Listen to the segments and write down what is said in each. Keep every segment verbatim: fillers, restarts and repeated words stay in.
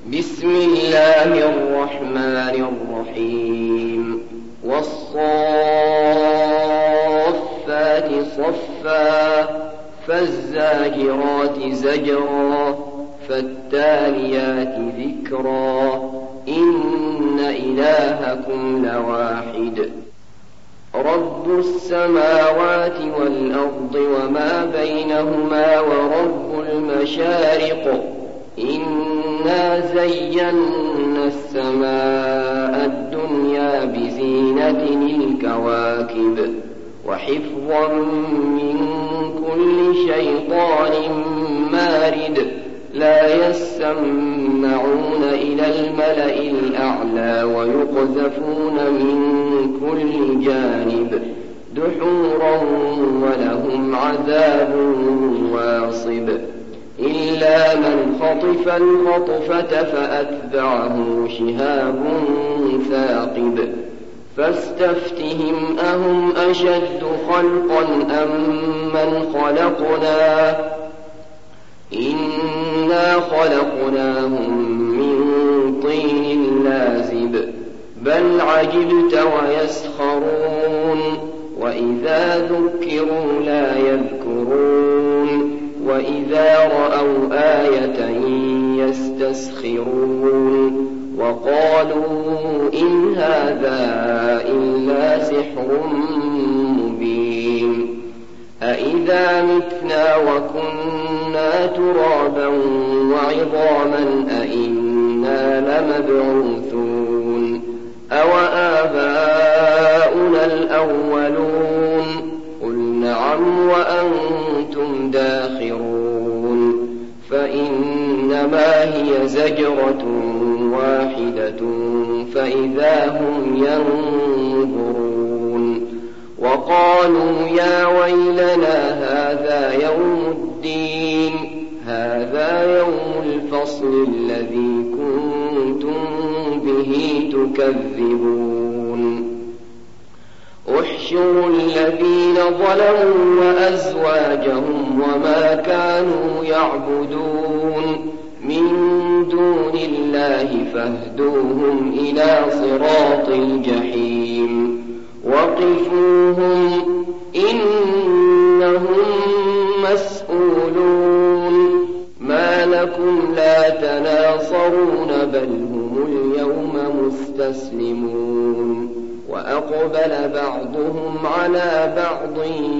بسم الله الرحمن الرحيم والصافات صفا فالزاجرات زجرا فالتاليات ذكرا إن إلهكم لواحد رب السماوات والأرض وما بينهما ورب المشارق إنا زينا السماء الدنيا بزينة الكواكب وحفظا من كل شيطان مارد لا يسمعون إلى الملأ الأعلى ويقذفون من كل جانب دحورا ولهم عذاب واصب إلا من خطف الخطفة فأتبعه شهاب ثاقب فاستفتهم أهم أشد خلقا أم من خلقنا إنا خلقناهم من طين لازب بل عجبت ويسخرون وإذا ذكروا لا يذكرون وإذا رأوا آية يستسخرون وقالوا إن هذا إلا سحر مبين أإذا متنا وكنا ترابا وعظاما أإنا لمبعوثون أوآباؤنا الأولون قل نعم وأنتم داخرون فإنما هي زجرة واحدة فإذا هم ينظرون وقالوا يا ويلنا هذا يوم الدين هذا يوم الفصل الذي كنتم به تكذبون احشروا الذين ظلموا وأزواجهم وما كانوا يعبدون من دون الله فاهدوهم إلى صراط الجحيم وقفوهم إنهم مسؤولون ما لكم لا تناصرون بل هم اليوم مستسلمون وأقبل بعضهم على بعض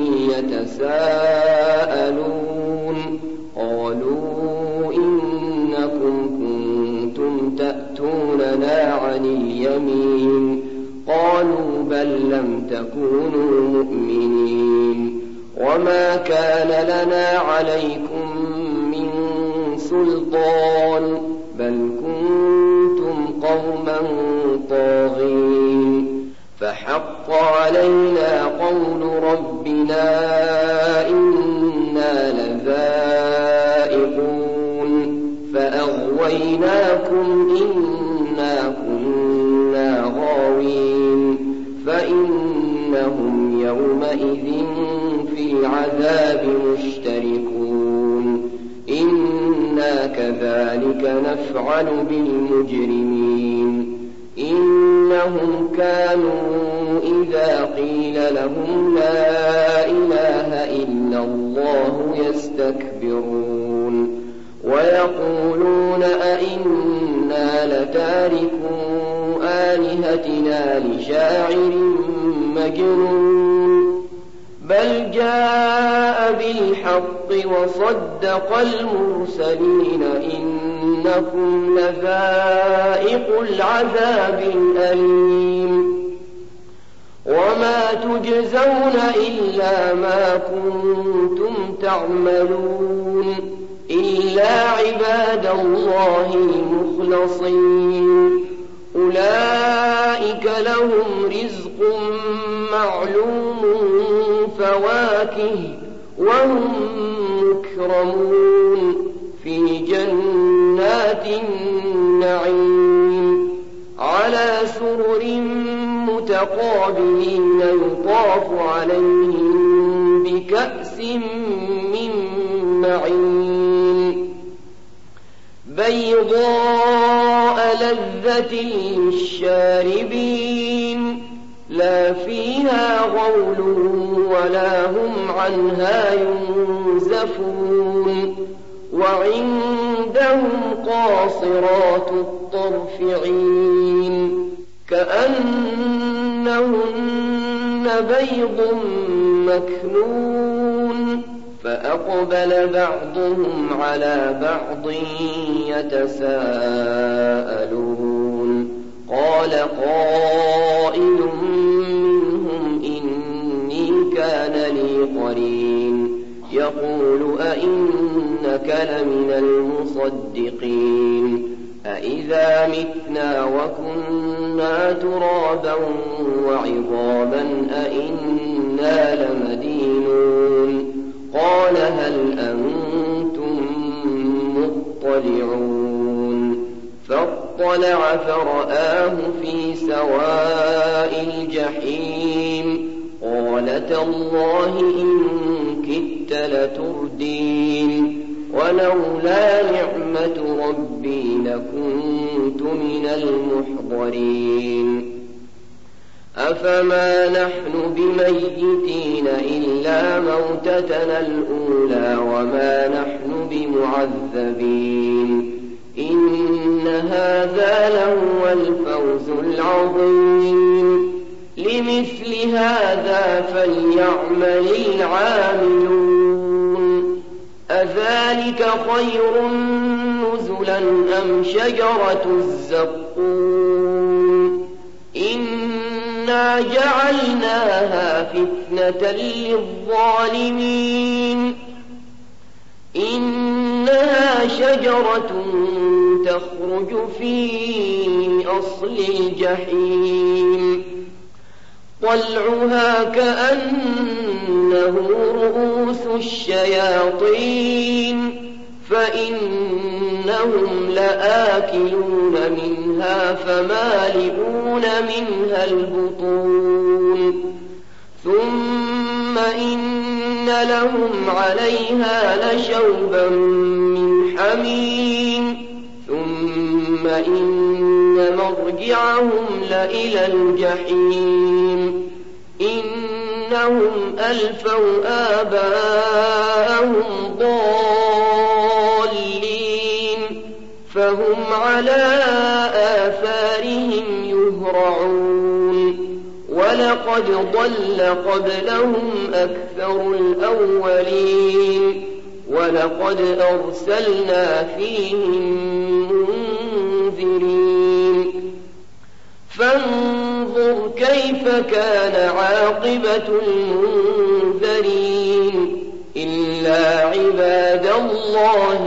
يتساءلون قالوا إنكم كنتم تأتوننا عن اليمين قالوا بل لم تكونوا مؤمنين وما كان لنا عليكم من سلطان بل كنتم قوما طاغين فحق علينا قول ربنا إنا لذائقون فأغويناكم إنا كنا غاوين فإنهم يومئذ في العذاب مشتركون إنا كذلك نفعل بالمجرمين إنهم كانوا إذا قيل لهم لا إله إلا الله يستكبرون ويقولون أئنا لتاركو آلهتنا لشاعر مجنون بل جاء بالحق وصدق المرسلين إنكم لذائق العذاب الأليم وما تجزون إلا ما كنتم تعملون إلا عباد الله المخلصين أولئك لهم رزق معلوم فواكه وهم مكرمون في جنات النعيم على سرر متقابلين يطاف عليهم بكأس من معين بيضاء لذة للشاربين لا فيها غول ولا هم عنها ينزفون وعندهم قاصرات الطرف عين كأنهن بيض مكنون فأقبل بعضهم على بعض يتساءلون قال قائل منهم إني كان لي قرين يقول أئنك لمن المصدقين أئذا متنا وكنا ترابا وعظاما أئنا لمدينون قال هل أنتم مطلعون فاطلع فرآه في سواء الجحيم قال تالله إن كدت لتردين ولولا نعمة ربي لكنت من المحضرين أفما نحن بميتين إلا موتتنا الأولى وما نحن بمعذبين إن هذا لهو الفوز العظيم لمثل هذا فليعمل العاملون أذلك خير نزلا أم شجرة الزقوم إنا جعلناها فتنة للظالمين إنها شجرة تخرج في أصل الجحيم طلعها كأنه رؤوس الشياطين فإنهم لآكلون منها فمالئون منها البطون ثم إن لهم عليها لشوبا من حميم ثم إن مرجعهم لإلى الجحيم إنهم ألفوا آباءهم ضالين فهم على آثارهم يهرعون ولقد ضل قبلهم أكثر الأولين ولقد أرسلنا فيهم منذرين فانظر كيف كان عاقبة المنذرين إلا عباد الله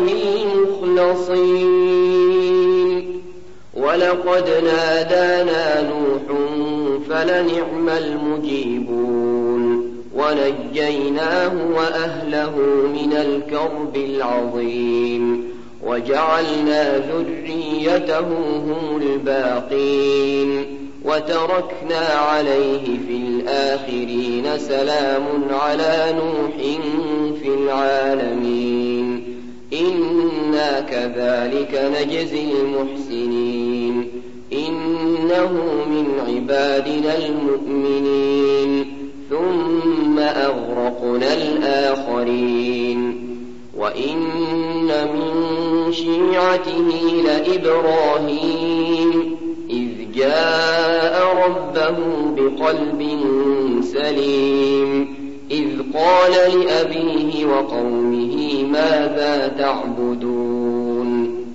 المخلصين ولقد نادانا نوح فلنعم المجيبون ونجيناه وأهله من الكرب العظيم وجعلنا ذريته هم الباقين وتركنا عليه في الآخرين سلام على نوح في العالمين إنا كذلك نجزي المحسنين إنه من عبادنا المؤمنين ثم أغرقنا الآخرين وإن من شيعته لإبراهيم إذ جاء ربه بقلب سليم إذ قال لأبيه وقومه ماذا تعبدون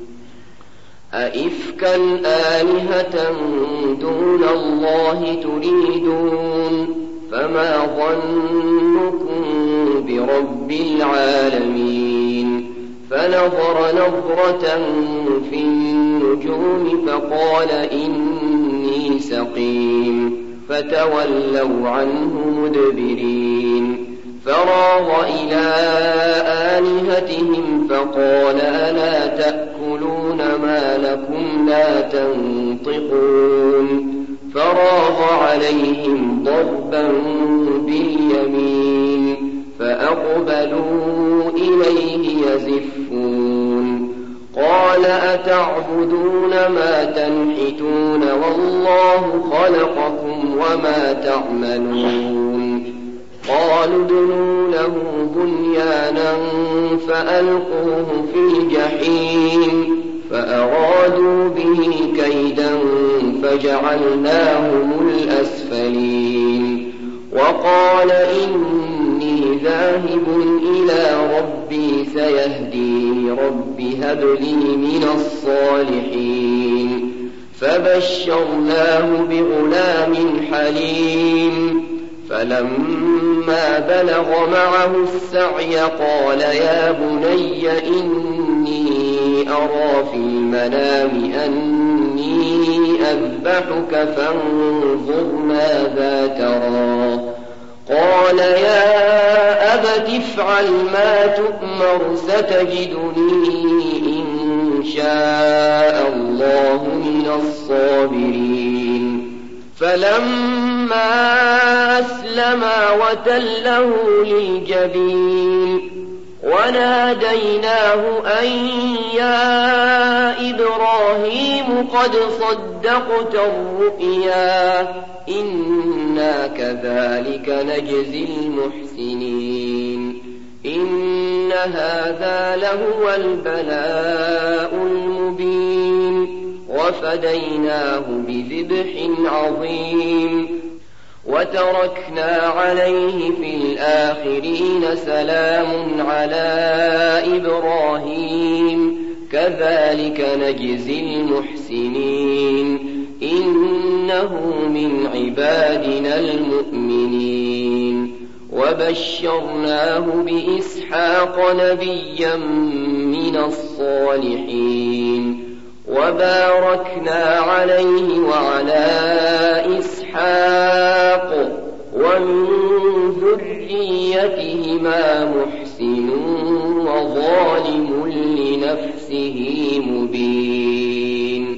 أئفكا آلهة دون الله تريدون فما ظنكم برب العالمين فنظر نظرة في النجوم فقال إني سقيم فتولوا عنه مدبرين فراغ إلى آلهتهم فقال ألا تأكلون ما لكم لا تنطقون فراغ عليهم ضربا باليمين فأقبلوا إليه يزفون قال أتعبدون ما تنحتون والله خلقكم وما تعملون قالوا ابنوا له بنيانا فألقوه في الجحيم فأرادوا به كيدا فجعلناهم الأسفلين وقال إني ذاهب إلى ربي سيهديني رب هب لي من الصالحين فبشرناه بغلام حليم فلما بلغ معه السعي قال يا بني إني أرى في المنام أني أذبحك فانظر ماذا ترى قال يا أبت افعل ما تؤمر ستجدني إن شاء الله من الصابرين فلما أسلما وتله للجبين وناديناه أن يا إبراهيم قد صدقت الرؤيا إنا كذلك نجزي المحسنين إن هذا لهو البلاء المبين وفديناه بذبح عظيم وتركنا عليه في الآخرين سلام على إبراهيم كذلك نجزي المحسنين إنه من عبادنا المؤمنين وبشرناه بإسحاق نبيا من الصالحين وباركنا عليه وعلى إسحاق ومن ذريتهما محسن وظالم لنفسه مبين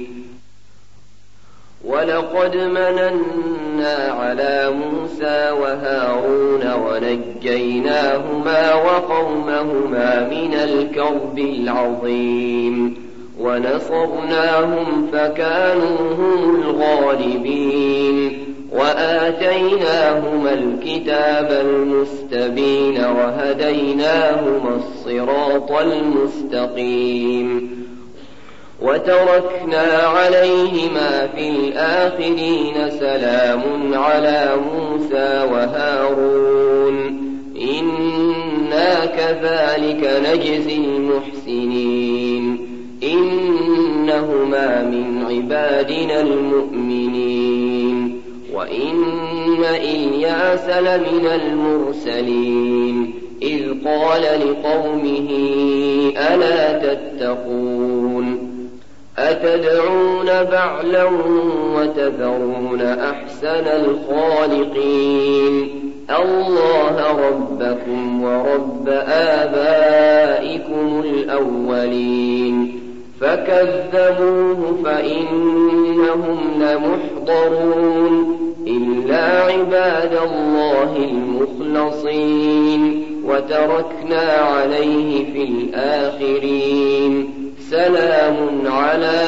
ولقد مننا على موسى وهارون ونجيناهما وقومهما من الكرب العظيم ونصرناهم فكانوا هم الغالبين وآتيناهما الكتاب المستبين وهديناهما الصراط المستقيم وتركنا عليهما في الآخرين سلام على موسى وهارون إنا كذلك نجزي المحسنين إنهما من عبادنا المؤمنين وإن إلياس لمن المرسلين إذ قال لقومه ألا تتقون أتدعون بعلا وتذرون أحسن الخالقين الله ربكم ورب آبائكم الأولين فكذبوه فإنهم لمحضرون إلا عباد الله المخلصين وتركنا عليه في الآخرين سلام على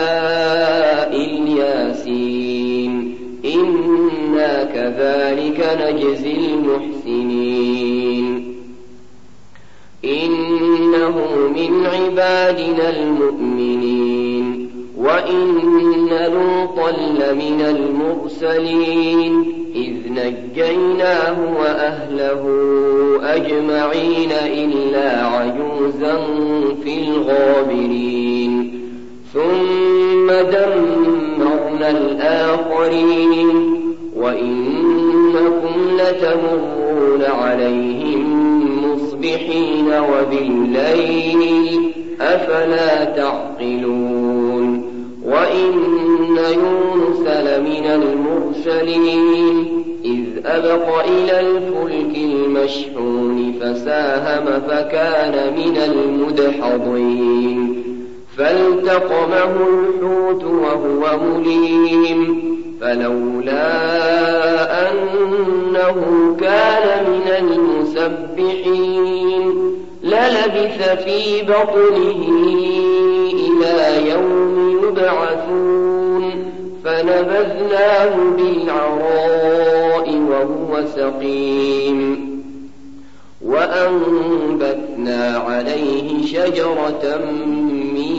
الياسين إنا كذلك نجزي المحسنين إنه من عبادنا المؤمنين وإن لوطا لمن المرسلين إذ نجيناه وأهله أجمعين إلا عجوزا في الغابرين ثم دمرنا الآخرين وإنكم لتمرون عليهم مصبحين وبالليل أفلا تعقلون وإن يونس لمن المرسلين إذ أبق إلى الفلك المشحون فساهم فكان من المدحضين فالتقمه الحوت وهو مليم فلولا أنه كان من المسبحين للبث في بطنه إلى يوم يبعثون فنبذناه بالعراء وهو سقيم وأنبتنا عليه شجرة من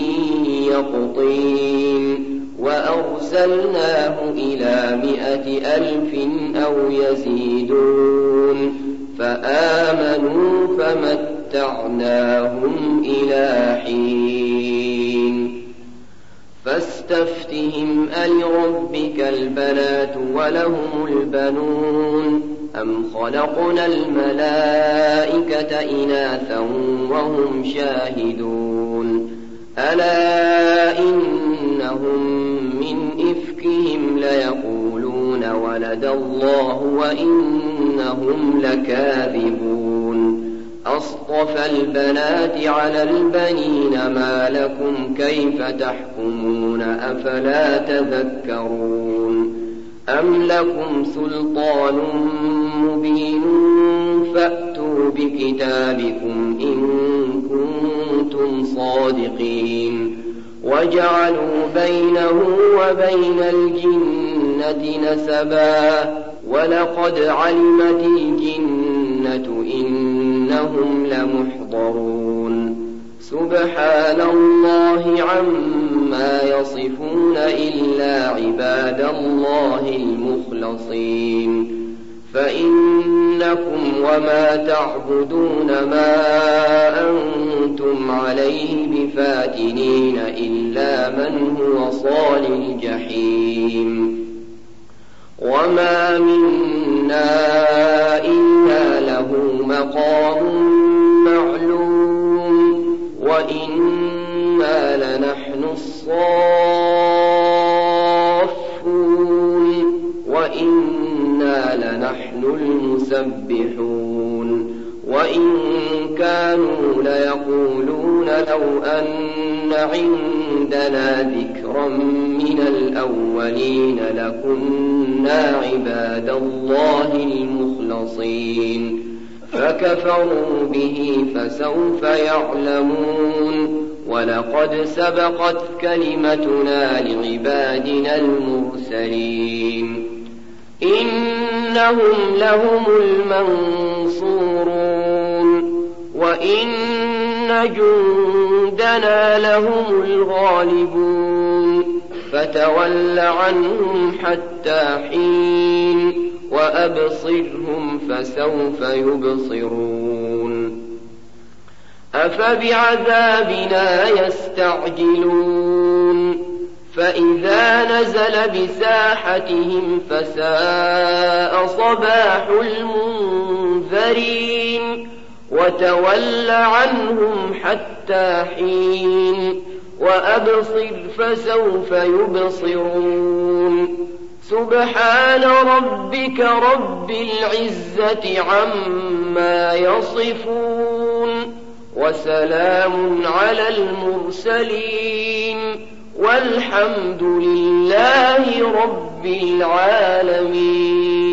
يقطين وأرسلناه إلى مائة ألف أو يزيدون فآمنوا فمتعناهم إلى حين فاستفتهم ألربك البنات ولهم البنون أم خلقنا الملائكة إناثا وهم شاهدون ألا إنهم من إفكهم ليقولون ولد الله وإنهم لكاذبون أصطفى البنات على البنين ما لكم كيف تحكمون أفلا تذكرون أم لكم سلطان مبين فأتوا بكتابكم إن كنتم صادقين وجعلوا بينه وبين الجنة نسبا ولقد علمت الجنة إنهم لمحضرون سبحان الله عما يصفون إلا عباد الله المخلصين فإنكم وما تعبدون ما أنتم عليه بفاتنين إلا من هو صال الجحيم وما منا إلا له مقام معلوم وإنا لنحن الصافون وإنا لنحن المسبحون وإن كانوا ليقولون لو أن عندنا ذكرا من الأولين لكنا عباد الله المخلصين فكفروا به فسوف يعلمون ولقد سبقت كلمتنا لعبادنا المرسلين إنهم لهم المنصورون وإن جندنا لهم الغالبون فتول عنهم حتى حين وأبصرهم فسوف يبصرون أفبعذابنا يستعجلون فإذا نزل بساحتهم فساء صباح المنذرين وتول عنهم حتى حين وأبصر فسوف يبصرون سبحان ربك رب العزة عما يصفون وسلام على المرسلين والحمد لله رب العالمين.